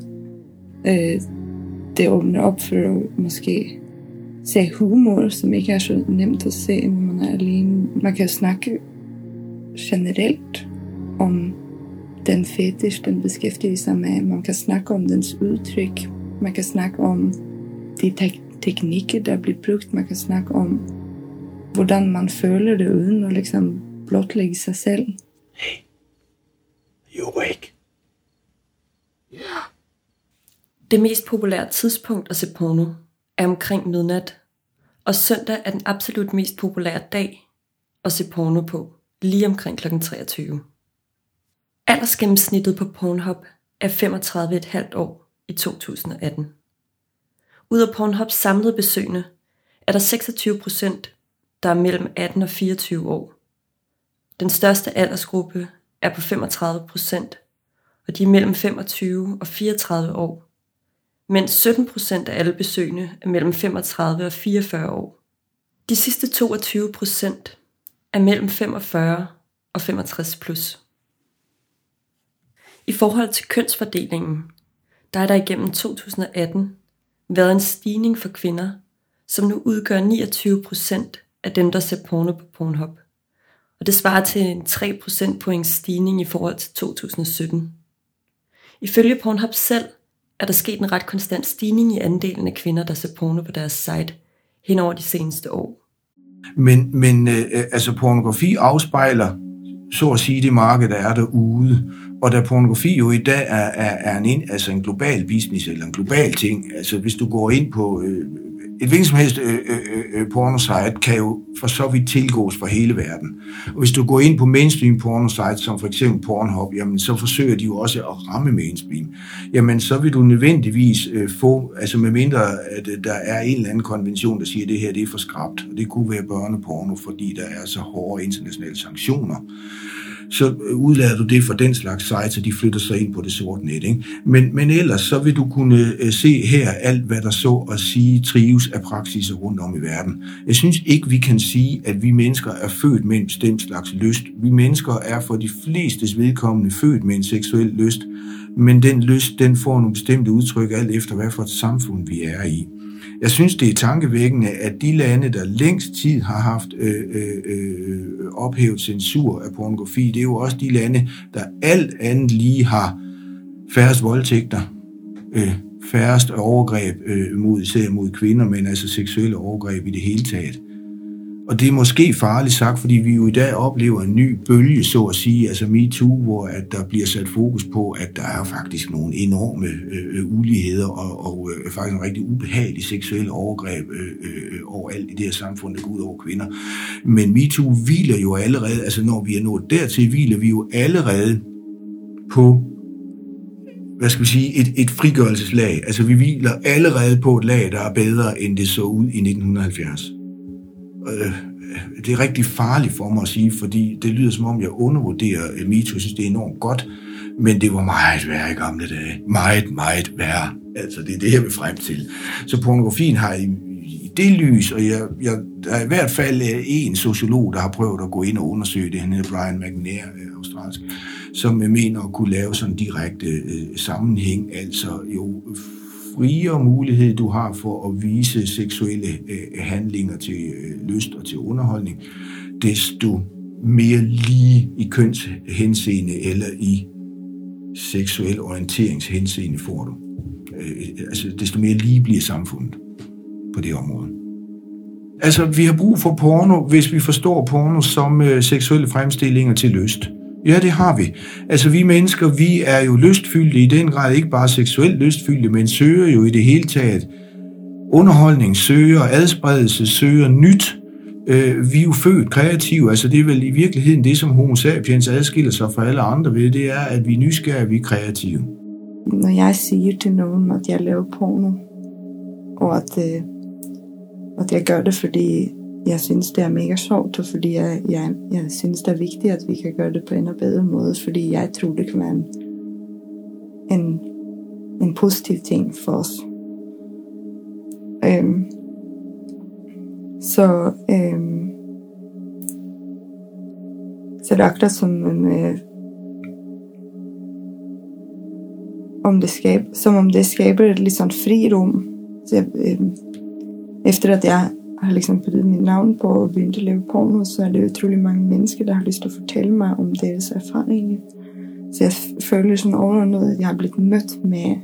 Det åbner op for at måske se humor, som ikke er så nemt at se, når man er alene. Man kan snakke generelt om den fetish, den beskæftiger sig med. Man kan snakke om dens udtryk. Man kan snakke om de teknikker, der bliver brugt. Man kan snakke om, hvordan man føler det uden at liksom blotlægge sig selv. Hey, you awake? Yeah. Det mest populære tidspunkt at se porno er omkring midnat, og søndag er den absolut mest populære dag at se porno på, lige omkring kl. 23. Aldersgennemsnittet på Pornhub er 35,5 år i 2018. Ud af Pornhubs samlede besøgende er der 26%, der er mellem 18 og 24 år. Den største aldersgruppe er på 35%, og de er mellem 25 og 34 år, mens 17% af alle besøgende er mellem 35 og 44 år. De sidste 22% er mellem 45 og 65 plus. I forhold til kønsfordelingen, der er der igennem 2018 været en stigning for kvinder, som nu udgør 29% af dem, der ser porno på Pornhub. Og det svarer til en 3 procentpoints stigning i forhold til 2017. Ifølge Pornhub selv er der sket en ret konstant stigning i andelen af kvinder, der ser porno på deres site hen over de seneste år. Men altså pornografi afspejler, så at sige, det marked, der er derude. Og da pornografi jo i dag er en global business, eller en global ting, altså hvis du går ind på et hvilket som helst pornosite, kan jo for så vidt tilgås fra hele verden. Og hvis du går ind på mainstream pornosites, som for eksempel Pornhub, jamen så forsøger de jo også at ramme mainstream. Jamen så vil du nødvendigvis få, altså medmindre at der er en eller anden konvention, der siger, at det her det er for skrapt, og det kunne være børneporno, fordi der er så hårde internationale sanktioner. Så udlader du det for den slags sites, så de flytter sig ind på det sorte net. Ikke? Men ellers så vil du kunne se her alt, hvad der så at sige trives af praksiser rundt om i verden. Jeg synes ikke, vi kan sige, at vi mennesker er født med en bestemt slags lyst. Vi mennesker er for de flestes vedkommende født med en seksuel lyst, men den lyst, den får nogle bestemte udtryk alt efter, hvad for et samfund vi er i. Jeg synes, det er tankevækkende, at de lande, der længst tid har haft ophævet censur af pornografi, det er jo også de lande, der alt andet lige har færrest voldtægter, færrest overgreb især mod kvinder, men altså seksuelle overgreb i det hele taget. Og det er måske farligt sagt, fordi vi jo i dag oplever en ny bølge, så at sige, altså MeToo, hvor at der bliver sat fokus på, at der er faktisk nogle enorme uligheder og faktisk en rigtig ubehagelig seksuelle overgreb overalt i det her samfund, der går ud over kvinder. Men MeToo hviler jo allerede, altså når vi er nået dertil, hviler vi jo allerede på, hvad skal vi sige, et frigørelseslag. Altså vi hviler allerede på et lag, der er bedre, end det så ud i 1970. Det er rigtig farligt for mig at sige, fordi det lyder som om, jeg undervurderer MeToo. Jeg synes, det er enormt godt, men det var meget værre i gamle dage. Meget, meget værre. Altså, det er det, jeg vil frem til. Så pornografien har i det lys, og der er i hvert fald en sociolog, der har prøvet at gå ind og undersøge det. Han hedder Brian McNair, australsk, som mener at kunne lave sådan en direkte sammenhæng, altså jo friere mulighed, du har for at vise seksuelle handlinger til lyst og til underholdning, desto mere lige i kønshenseende eller i seksuel orienteringshenseende får du. Altså, desto mere lige bliver samfundet på det område. Altså, vi har brug for porno, hvis vi forstår porno som seksuelle fremstillinger til lyst. Ja, det har vi. Altså, vi mennesker, vi er jo lystfyldte i den grad, ikke bare seksuelt lystfyldte, men søger jo i det hele taget underholdning, søger adspredelse, søger nyt. Vi er jo født kreative, altså det er vel i virkeligheden det, som homo sapiens adskiller sig fra alle andre ved, det er, at vi er nysgerrige, vi er kreative. Når jeg siger til nogen, at jeg laver porno, og at jeg gør det, fordi jeg synes, det er mega sjovt, og fordi jeg synes, det er vigtigt, at vi kan gøre det på en bedre måde, fordi jeg tror, det kan være en positiv ting for os. Så det er akkurat som om det skaber et lidt sådan frirum. Så efter at jeg har liksom puttet mit navn på og begyndt at lave porno, så er det utrolig mange mennesker, der har lyst til at fortælle mig om deres erfaringer. Så jeg føler sådan overordnet, at jeg har blivet mødt med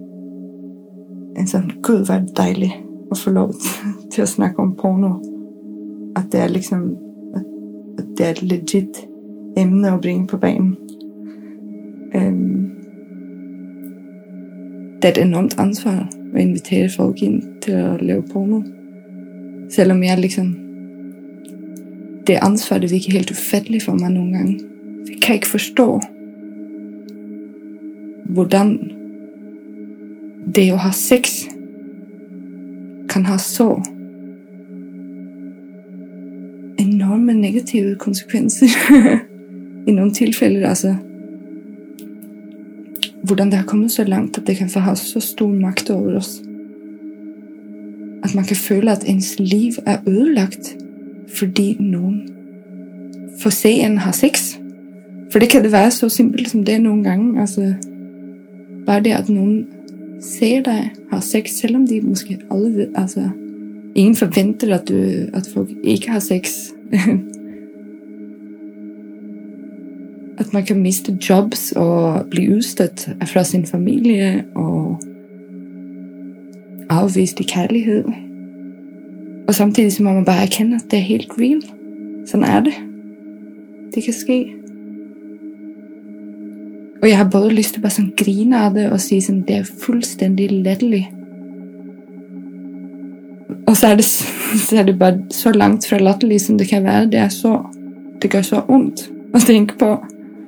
en sådan, gud, hvor er det dejligt at få lov til at snakke om porno. At det er liksom, at det er et legit emne at bringe på banen. Det er et enormt ansvar at invitere folk ind til at lave porno. Selvom jeg liksom, det ansvar, det virker helt ufatteligt for mig nogle gange. Jeg kan ikke forstå, hvordan det at have sex kan have så enorme negative konsekvenser i nogle tilfælde. Altså, hvordan det har kommet så langt, at det kan få have så stor magt over os. At man kan føle, at ens liv er ødelagt, fordi nogen for sen har sex. For det kan det være så simpelt som det nogle gange. Altså, bare det, at nogen ser dig har sex, selvom de måske aldrig ved. Altså, ingen forventer, at folk ikke har sex. At man kan miste jobs og blive udstødt fra sin familie og afvist i kærlighed. Og samtidig så må man bare erkende, at det er helt real. Sådan er det. Det kan ske. Og jeg har både lyst til bare sådan grine af det og sige sådan, det er fuldstændig latterligt. Og så er det bare så langt fra latterligt, som det kan være. Det gør så ondt at tænke på.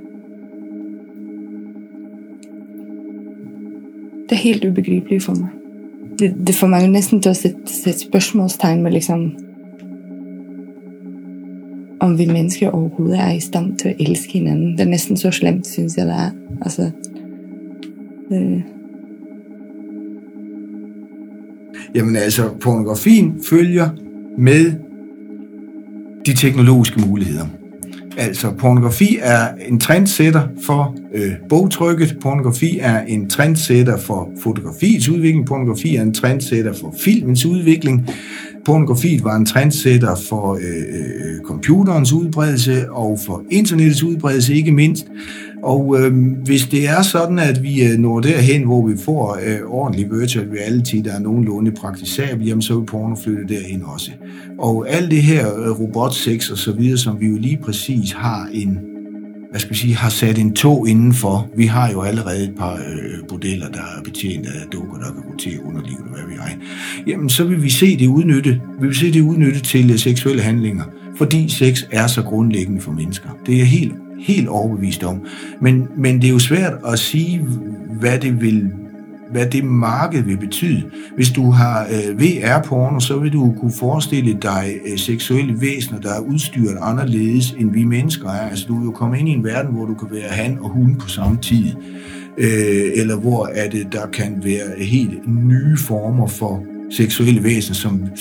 Det er helt ubegribeligt for mig. Det får mig jo næsten til at sætte spørgsmålstegn med liksom, om vi mennesker overhovedet er i stand til at elske hinanden. Det er næsten så slemt, synes jeg, det er. Altså, Jamen altså, pornografien følger med de teknologiske muligheder. Altså, pornografi er en trendsætter for bogtrykket. Pornografi er en trendsætter for fotografiets udvikling. Pornografi er en trendsætter for filmens udvikling. Pornografiet var en trendsætter for computerens udbredelse og for internettets udbredelse ikke mindst. Og hvis det er sådan, at vi når derhen, hvor vi får ordentlig virtual reality, der er nogenlunde praktisabel, jamen så vil porno flytte derhen også. Og alt det her robotsex og så videre, som vi jo lige præcis har har sat en tog indenfor. Vi har jo allerede et par modeller, der er betjent af dukker, der kan rotere underlivet og hvad vi er. Jamen så vil vi se det udnytte til seksuelle handlinger, fordi sex er så grundlæggende for mennesker. Det er jeg helt overbevist om. Men det er jo svært at sige, hvad det marked vil betyde. Hvis du har VR-porno, så vil du kunne forestille dig seksuelle væsener, der er udstyret anderledes, end vi mennesker er. Altså, du vil jo komme ind i en verden, hvor du kan være han og hun på samme tid. Eller hvor der kan være helt nye former for seksuelle væsener,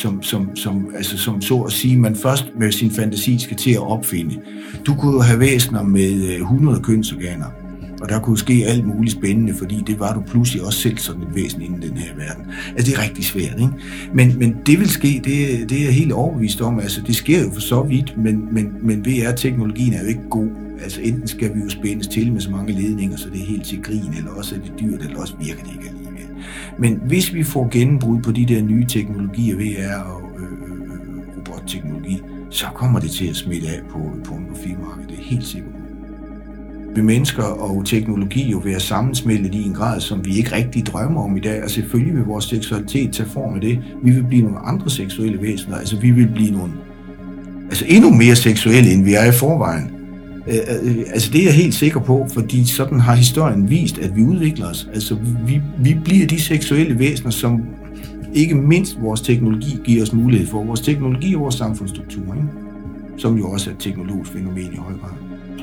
som så at sige, man først med sin fantasi skal til at opfinde. Du kunne jo have væsener med 100 kønsorganer, og der kunne ske alt muligt spændende, fordi det var du pludselig også selv sådan et væsen inden den her verden. Altså, det er rigtig svært, ikke? Men det vil ske, det er jeg helt overbevist om. Altså, det sker jo for så vidt, men VR-teknologien er jo ikke god. Altså, enten skal vi jo spændes til med så mange ledninger, så det er helt til grin, eller også er det dyrt, eller også virker det ikke alligevel. Men hvis vi får gennembrud på de der nye teknologier, VR og robotteknologi, så kommer det til at smitte af på pornografimarkedet. Det er helt sikkert. Vil mennesker og teknologi jo være sammensmeltet i en grad, som vi ikke rigtig drømmer om i dag, og selvfølgelig vil vores seksualitet tage form af det. Vi vil blive nogle andre seksuelle væsener, altså vi vil blive endnu mere seksuelle, end vi er i forvejen. Altså det er jeg helt sikker på, fordi sådan har historien vist, at vi udvikler os. Altså vi bliver de seksuelle væsener, som ikke mindst vores teknologi giver os mulighed for. Vores teknologi og vores samfundsstruktur, ikke? Som jo også er et teknologisk fænomen i høj grad.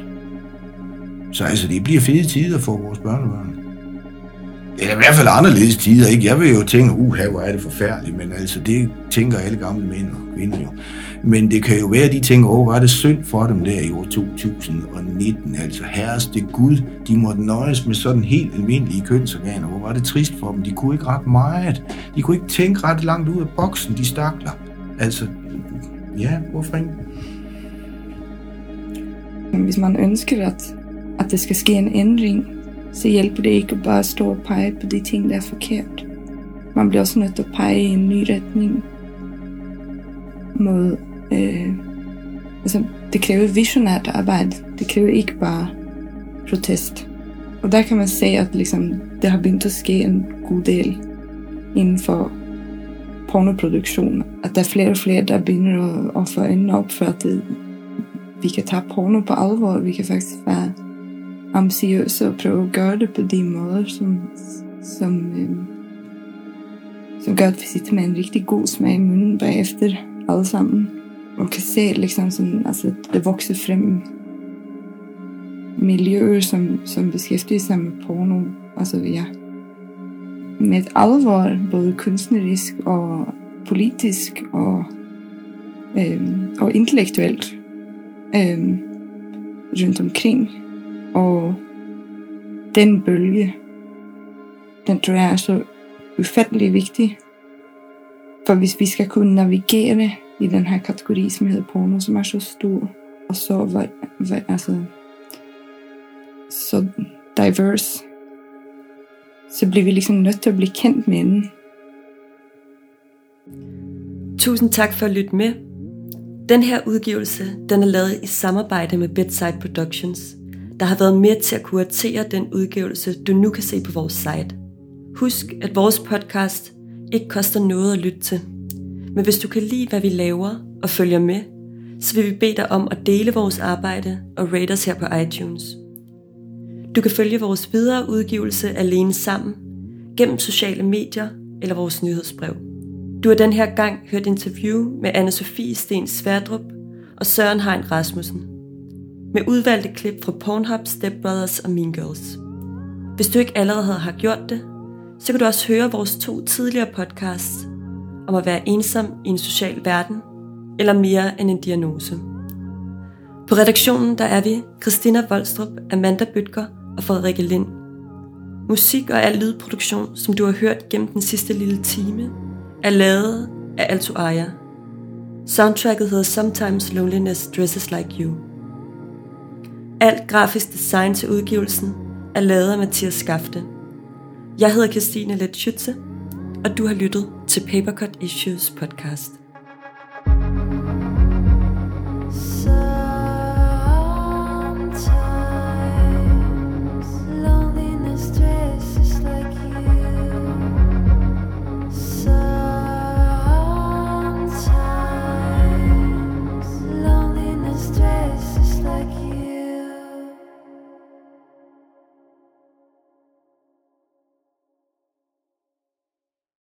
Så altså, det bliver fede tider for vores børnebørn. Eller i hvert fald anderledes tider, ikke? Jeg vil jo tænke, hvor er det forfærdeligt, men altså, det tænker alle gamle mænd og kvinder jo. Men det kan jo være, at de tænker, hvor er det synd for dem der i år 2019, altså herreste Gud, de måtte nøjes med sådan helt almindelige kønsorganer, hvor var det trist for dem, de kunne ikke ret meget, de kunne ikke tænke ret langt ud af boksen, de stakler. Altså, ja, hvorfor ikke? Hvis man ønsker, at det skal ske en ændring, så hjælper det ikke bare at stå og pege på de ting, der er forkert. Man bliver også nødt til at pege i en ny retning mod, det kræver visionært arbejde. Det kræver ikke bare protest. Og der kan man se, at det har begyndt at ske en god del inden for pornoproduktion. At der er flere og flere, der begynder at få øjnene op for, at vi kan tage porno på alvor. Vi kan faktisk være ambitiøse og prøve at gøre det på de måder, som gør, at vi sitter med en rigtig god smag i munden bagefter alle sammen. Og kan se liksom sådan, altså, det vokser frem miljøer, som beskæftiger sig med porno. Altså ja, med et alvor, både kunstnerisk og politisk og intellektuelt rundt omkring. Og den bølge, den tror jeg er så ufattelig vigtig. For hvis vi skal kunne navigere i den her kategori, som hedder porno, som er så stor og så så diverse, så bliver vi liksom nødt til at blive kendt med den. Tusind tak for at lytte med. Den her udgivelse, den er lavet i samarbejde med Bedside Productions, der har været med til at kuratere den udgivelse, du nu kan se på vores site. Husk, at vores podcast ikke koster noget at lytte til. Men hvis du kan lide, hvad vi laver og følger med, så vil vi bede dig om at dele vores arbejde og rate os her på iTunes. Du kan følge vores videre udgivelse Alene Sammen gennem sociale medier eller vores nyhedsbrev. Du har den her gang hørt interview med Anne-Sophie Sten Sverdrup og Søren Hein Rasmussen. Med udvalgte klip fra Pornhub, Step Brothers og Mean Girls. Hvis du ikke allerede har gjort det, så kan du også høre vores 2 tidligere podcasts om at være ensom i en social verden, eller mere end en diagnose. På redaktionen der er vi Christina Voldstrup, Amanda Bøtger og Frederikke Lind. Musik og al lydproduktion, som du har hørt gennem den sidste lille time, er lavet af Alto Aya. Soundtracket hedder Sometimes Loneliness Dresses Like You. Alt grafisk design til udgivelsen er lavet af Mathias Skafte. Jeg hedder Christine Letschütze, og du har lyttet til Papercut Issues podcast.